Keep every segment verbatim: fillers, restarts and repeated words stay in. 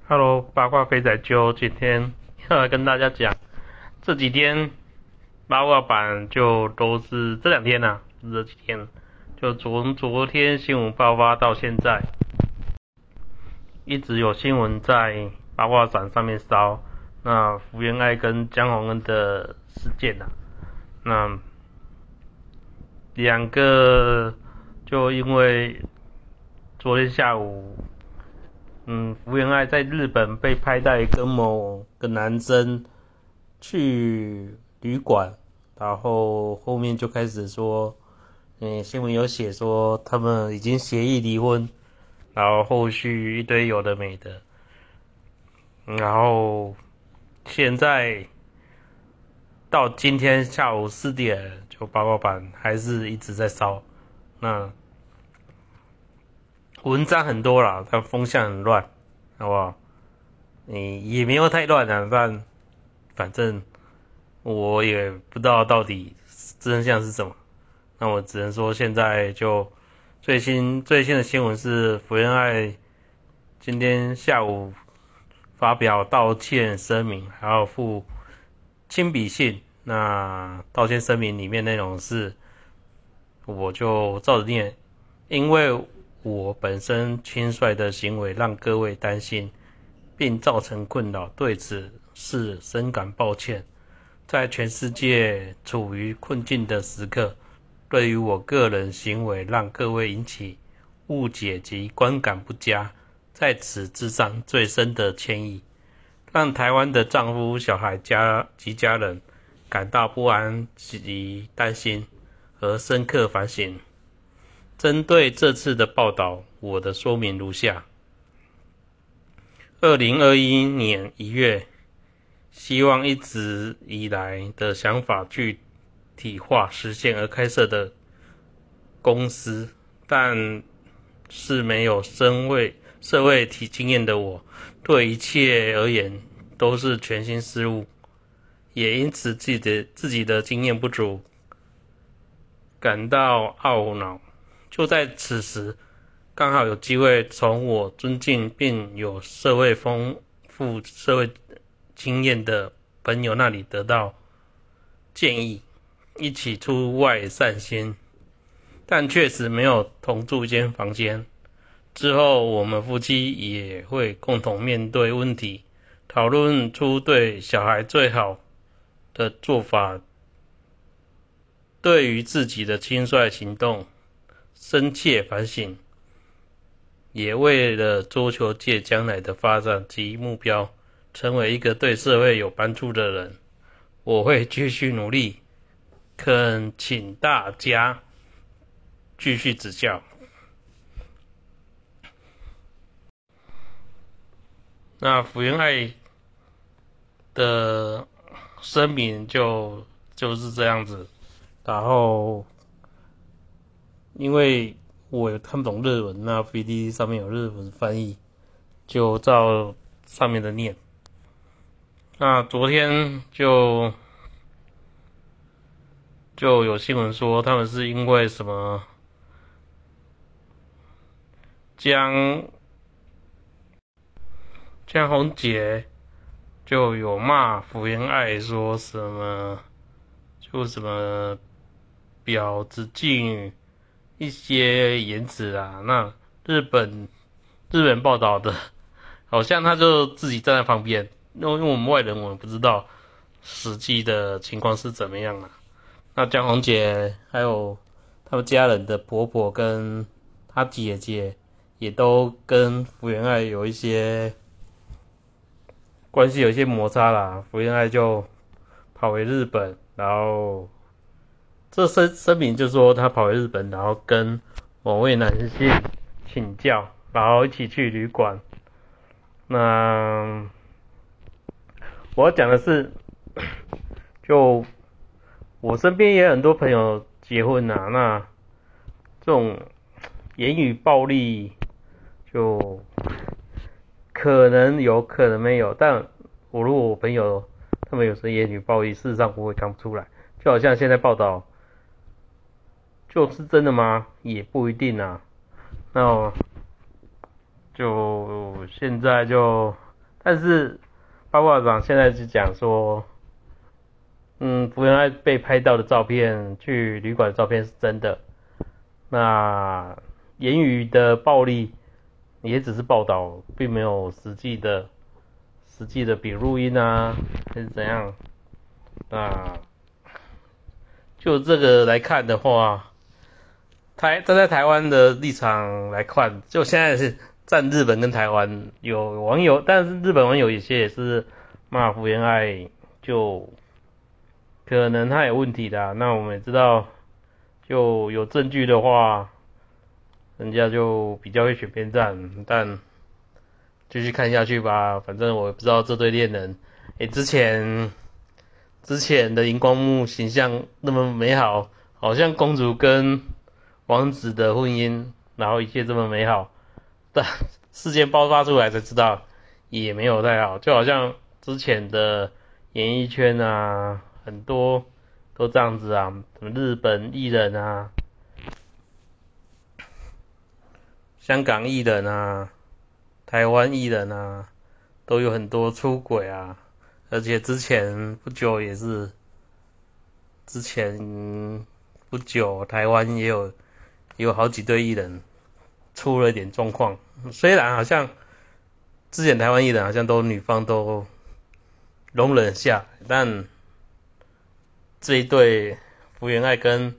Hello，八卦飞仔就今天要来跟大家讲，这几天八卦版就都是这两天呐、啊，不是这几天，就从昨天新闻爆发到现在，一直有新闻在八卦版上面烧，那福原爱跟江宏恩的事件呐、啊，那两个就因为昨天下午。嗯，福原爱在日本被拍带跟某个男生去旅馆，然后后面就开始说，嗯，新闻有写说他们已经协议离婚，然后后续一堆有的没的，然后现在到今天下午四点，就八卦版还是一直在烧，那文章很多啦，它风向很乱，好不好？你也没有太乱啊，但反正我也不知道到底真相是什么。那我只能说，现在就最新最新的新闻是福原爱今天下午发表道歉声明，还要附亲笔信。那道歉声明里面内容是，我就照着念，因为我本身轻率的行为让各位担心，并造成困扰，对此事深感抱歉。在全世界处于困境的时刻，对于我个人行为让各位引起误解及观感不佳，在此致上最深的歉意，让台湾的丈夫、小孩家及家人感到不安及担心，而深刻反省。针对这次的报道，我的说明如下：二零二一年一月，希望一直以来的想法具体化实现而开设的公司，但是没有身为社会体经验的我，对一切而言都是全新事物，也因此自己的自己的经验不足，感到懊恼。就在此时，刚好有机会从我尊敬并有社会丰富社会经验的朋友那里得到建议，一起出外散心，但确实没有同住一间房间。之后我们夫妻也会共同面对问题，讨论出对小孩最好的做法。对于自己的轻率行动深切反省，也为了桌球界将来的发展及目标，成为一个对社会有帮助的人，我会继续努力，恳请大家继续指教。那福原爱的声明就就是这样子，然后因为我看不懂日文，那 P D D 上面有日文翻译，就照上面的念。那昨天就就有新闻说，他们是因为什么江江宏杰就有骂福原爱说什么，就什么婊子妓女一些言辞啊。那日本日本报道的，好像他就自己站在旁边，因为我们外人我们不知道实际的情况是怎么样啊。那江宏杰还有他们家人的婆婆跟他姐姐也都跟福原爱有一些关系，有一些摩擦啦。福原爱就跑回日本，然后这声声明就说他跑回日本，然后跟某位男性请教，然后一起去旅馆。那我要讲的是，就我身边也有很多朋友结婚啊，那这种言语暴力就可能有可能没有，但我如果我朋友他们有时言语暴力，事实上不会看不出来，就好像现在报道就是真的吗？也不一定啊。那就现在就但是八卦掌现在就讲说，嗯，福原爱被拍到的照片，去旅馆的照片是真的。那言语的暴力也只是报道，并没有实际的、实际的比录音啊，还是怎样？那就这个来看的话，台站在台湾的立场来看，就现在是站日本跟台湾，有网友，但是日本网友有些也是骂福原爱，就可能他有问题的、啊。那我们也知道，就有证据的话，人家就比较会选边站，但继续看下去吧。反正我也不知道这对恋人，诶，之前之前的荧光幕形象那么美好，好像公主跟王子的婚姻，然后一切这么美好，但事件爆发出来才知道，也没有太好。就好像之前的演艺圈啊，很多都这样子啊，什么日本艺人啊，香港艺人啊，台湾艺人啊，都有很多出轨啊，而且之前不久也是，之前不久台湾也有也有好几对艺人出了一点状况，虽然好像之前台湾艺人好像都女方都容忍下，但这一对福原爱跟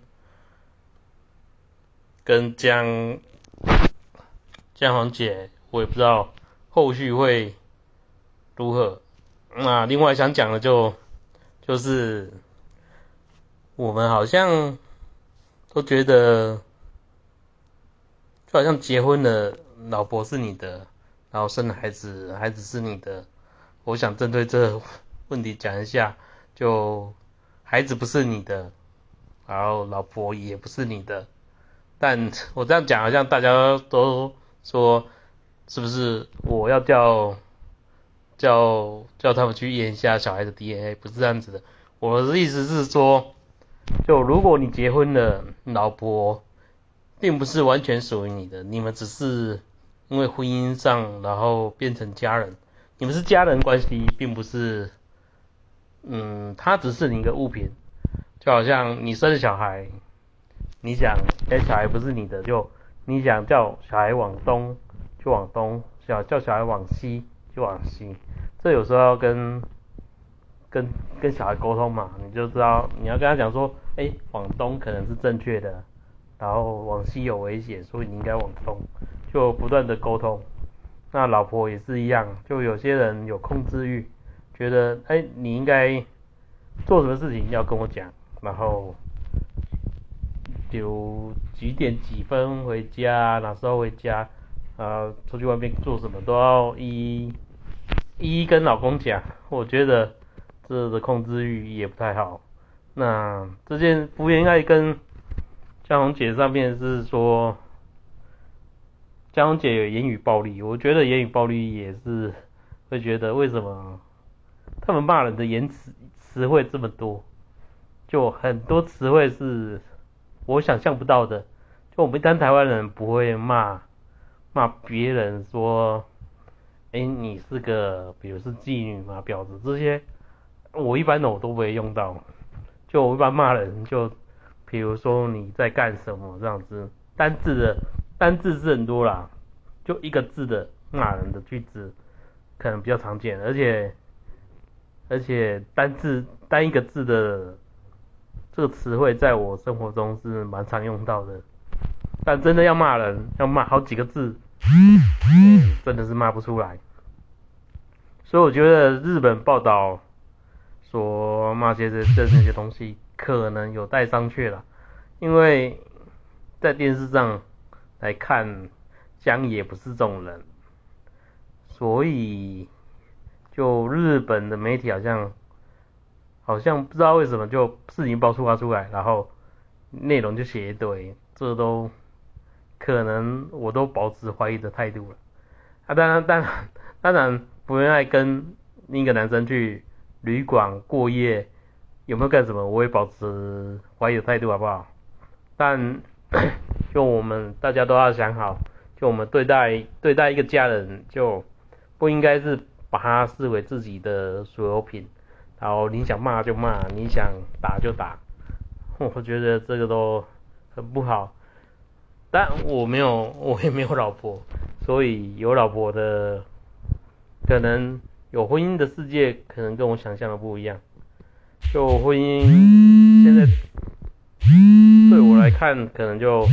跟江江宏杰，我也不知道后续会如何。那另外想讲的就就是我们好像都觉得，就好像结婚了，老婆是你的，然后生了孩子，孩子是你的。我想针对这个问题讲一下，就孩子不是你的，然后老婆也不是你的。但我这样讲，好像大家都说，是不是我要叫叫叫他们去验一下小孩的 D N A？ 不是这样子的。我的意思是说，就如果你结婚了，老婆并不是完全属于你的，你们只是因为婚姻上，然后变成家人，你们是家人关系，并不是，嗯，他只是你一个物品，就好像你生小孩，你想，哎，小孩不是你的，就你想叫小孩往东就往东，想叫小孩往西就往西，这有时候要跟跟跟小孩沟通嘛，你就知道你要跟他讲说，哎，往东可能是正确的，然后往西有危险，所以你应该往东，就不断的沟通。那老婆也是一样，就有些人有控制欲，觉得哎你应该做什么事情要跟我讲，然后比如几点几分回家，哪时候回家，呃出去外面做什么都要一一一一跟老公讲，我觉得这的控制欲也不太好。那这件福原爱跟江宏杰上面是说，江宏杰有言语暴力，我觉得言语暴力也是会觉得为什么他们骂人的言辞词汇这么多，就很多词汇是我想象不到的。就我们一般台湾人不会骂骂别人说，哎，你是个比如是妓女嘛、婊子这些，我一般的我都不会用到。就我一般骂人就，比如说你在干什么这样子，单字的单字是很多啦，就一个字的骂人的句子可能比较常见，而且而且单字单一个字的这个词汇在我生活中是蛮常用到的，但真的要骂人，要骂好几个字，嗯，真的是骂不出来。所以我觉得日本报道说骂些这这些东西可能有待商榷啦，因为在电视上来看，江也不是这种人，所以就日本的媒体好像好像不知道为什么就事情爆出发出来，然后内容就写一堆，这都可能我都保持怀疑的态度了。啊，当然当然当然，福原爱跟另一个男生去旅馆过夜，有没有干什么，我也保持怀疑的态度，好不好？但就我们大家都要想好，就我们对待对待一个家人，就不应该是把它视为自己的所有品，然后你想骂就骂，你想打就打，我觉得这个都很不好。但我没有，我也没有老婆，所以有老婆的可能有婚姻的世界，可能跟我想象的不一样。就婚姻现在对我来看，可能就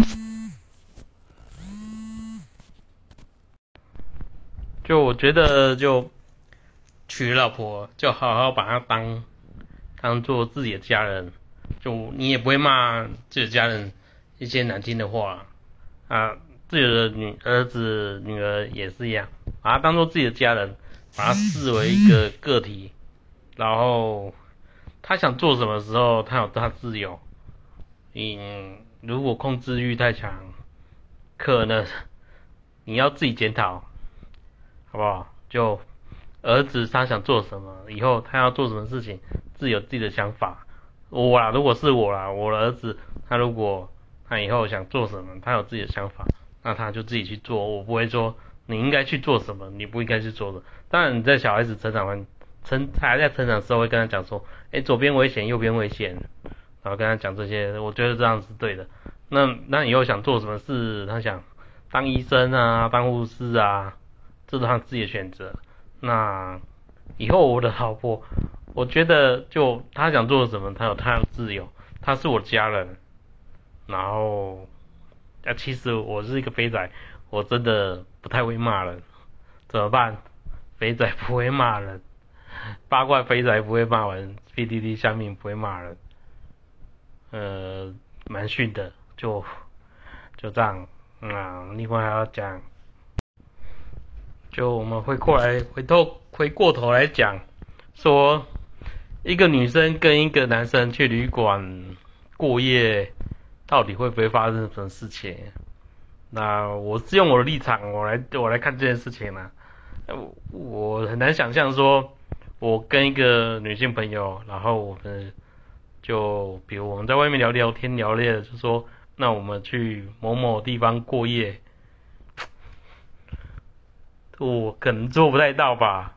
就我觉得就娶老婆就好好把她当当做自己的家人，就你也不会骂自己的家人一些难听的话啊，自己的女儿子女儿也是一样，把她当做自己的家人，把她视为一个个体，然后他想做什么时候他有他自由，嗯，如果控制欲太强，可能你要自己检讨，好不好？就儿子他想做什么，以后他要做什么事情，自己有自己的想法。我啦，如果是我啦，我的儿子他如果他以后想做什么，他有自己的想法，那他就自己去做。我不会说你应该去做什么，你不应该去做的。当然你在小孩子成长完成还在成长的时候会跟他讲说，哎，左边危险，右边危险，然后跟他讲这些，我觉得这样是对的。那那以后想做什么事，他想当医生啊，当护士啊，这是他自己的选择。那以后我的老婆，我觉得就他想做什么，他有他的自由，他是我家人。然后，啊，其实我是一个肥仔，我真的不太会骂人，怎么办？肥仔不会骂人，八卦肥仔不会骂人 ，P D D 下面不会骂人，呃，蛮逊的，就就这样。那另外还要讲，就我们回过来回头回过头来讲，说一个女生跟一个男生去旅馆过夜，到底会不会发生什么事情？那我是用我的立场，我来我来看这件事情啦。我很难想象说，我跟一个女性朋友，然后我们就比如我们在外面聊聊天聊累了，就说那我们去某某地方过夜，我可能做不太到吧。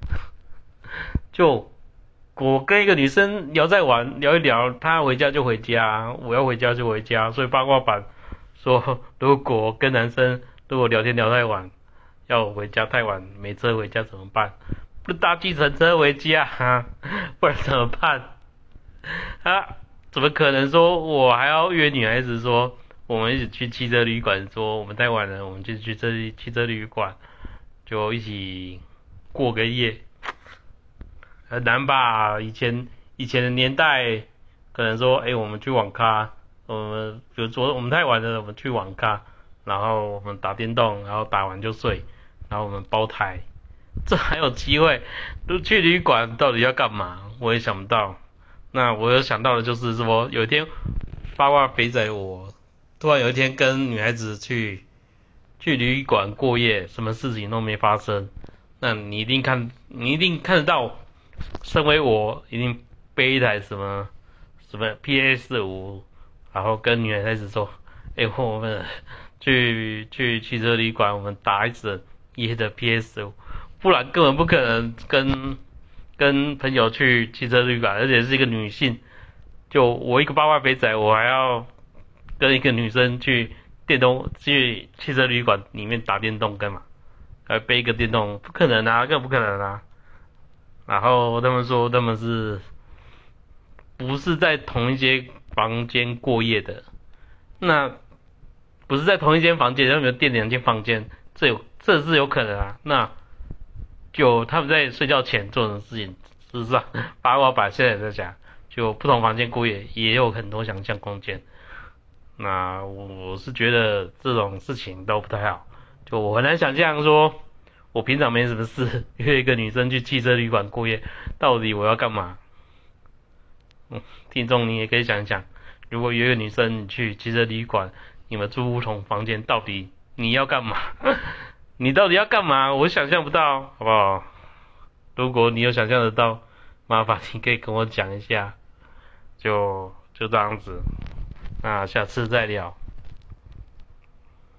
就我跟一个女生聊在玩聊一聊，她回家就回家，我要回家就回家，所以八卦版说，如果跟男生如果聊天聊太晚，要我回家太晚没车回家怎么办？不搭计程车回家啊，不然怎么办？啊，怎么可能说我还要约女孩子说我们一起去汽车旅馆，说我们太晚了，我们就去这汽车旅馆，就一起过个夜，很难吧？以前以前的年代，可能说，哎，我们去网咖，我们比如说我们太晚了，我们去网咖，然后我们打电动，然后打完就睡，然后我们包台，这还有机会？去旅馆到底要干嘛？我也想不到。那我有想到的就是说，有一天八卦肥仔我突然有一天跟女孩子去去旅馆过夜，什么事情都没发生。那你一定看，你一定看得到，身为我一定背一台什么什么 P S 五，然后跟女孩子说，哎，我们去去汽车旅馆，我们打一整夜的 P S 五，不然根本不可能跟跟朋友去汽车旅馆，而且是一个女性。就我一个八卦肥仔，我还要跟一个女生去电动去汽车旅馆里面打电动干嘛？还背一个电动，不可能啊，根本不可能啊。然后他们说他们是不是在同一间房间过夜的？那不是在同一间房间，他们有垫两间房间，这有这是有可能啊。那就他们在睡觉前做的事情，事实上八卦版现在也在讲，就不同房间过夜也有很多想象空间。那我是觉得这种事情都不太好，就我很难想象说，我平常没什么事，约一个女生去汽车旅馆过夜，到底我要干嘛？嗯，听众你也可以想一想，如果约一个女生你去汽车旅馆，你们住不同房间，到底你要干嘛？你到底要干嘛？我想象不到，好不好？如果你有想象得到，麻烦你可以跟我讲一下，就就这样子，那下次再聊。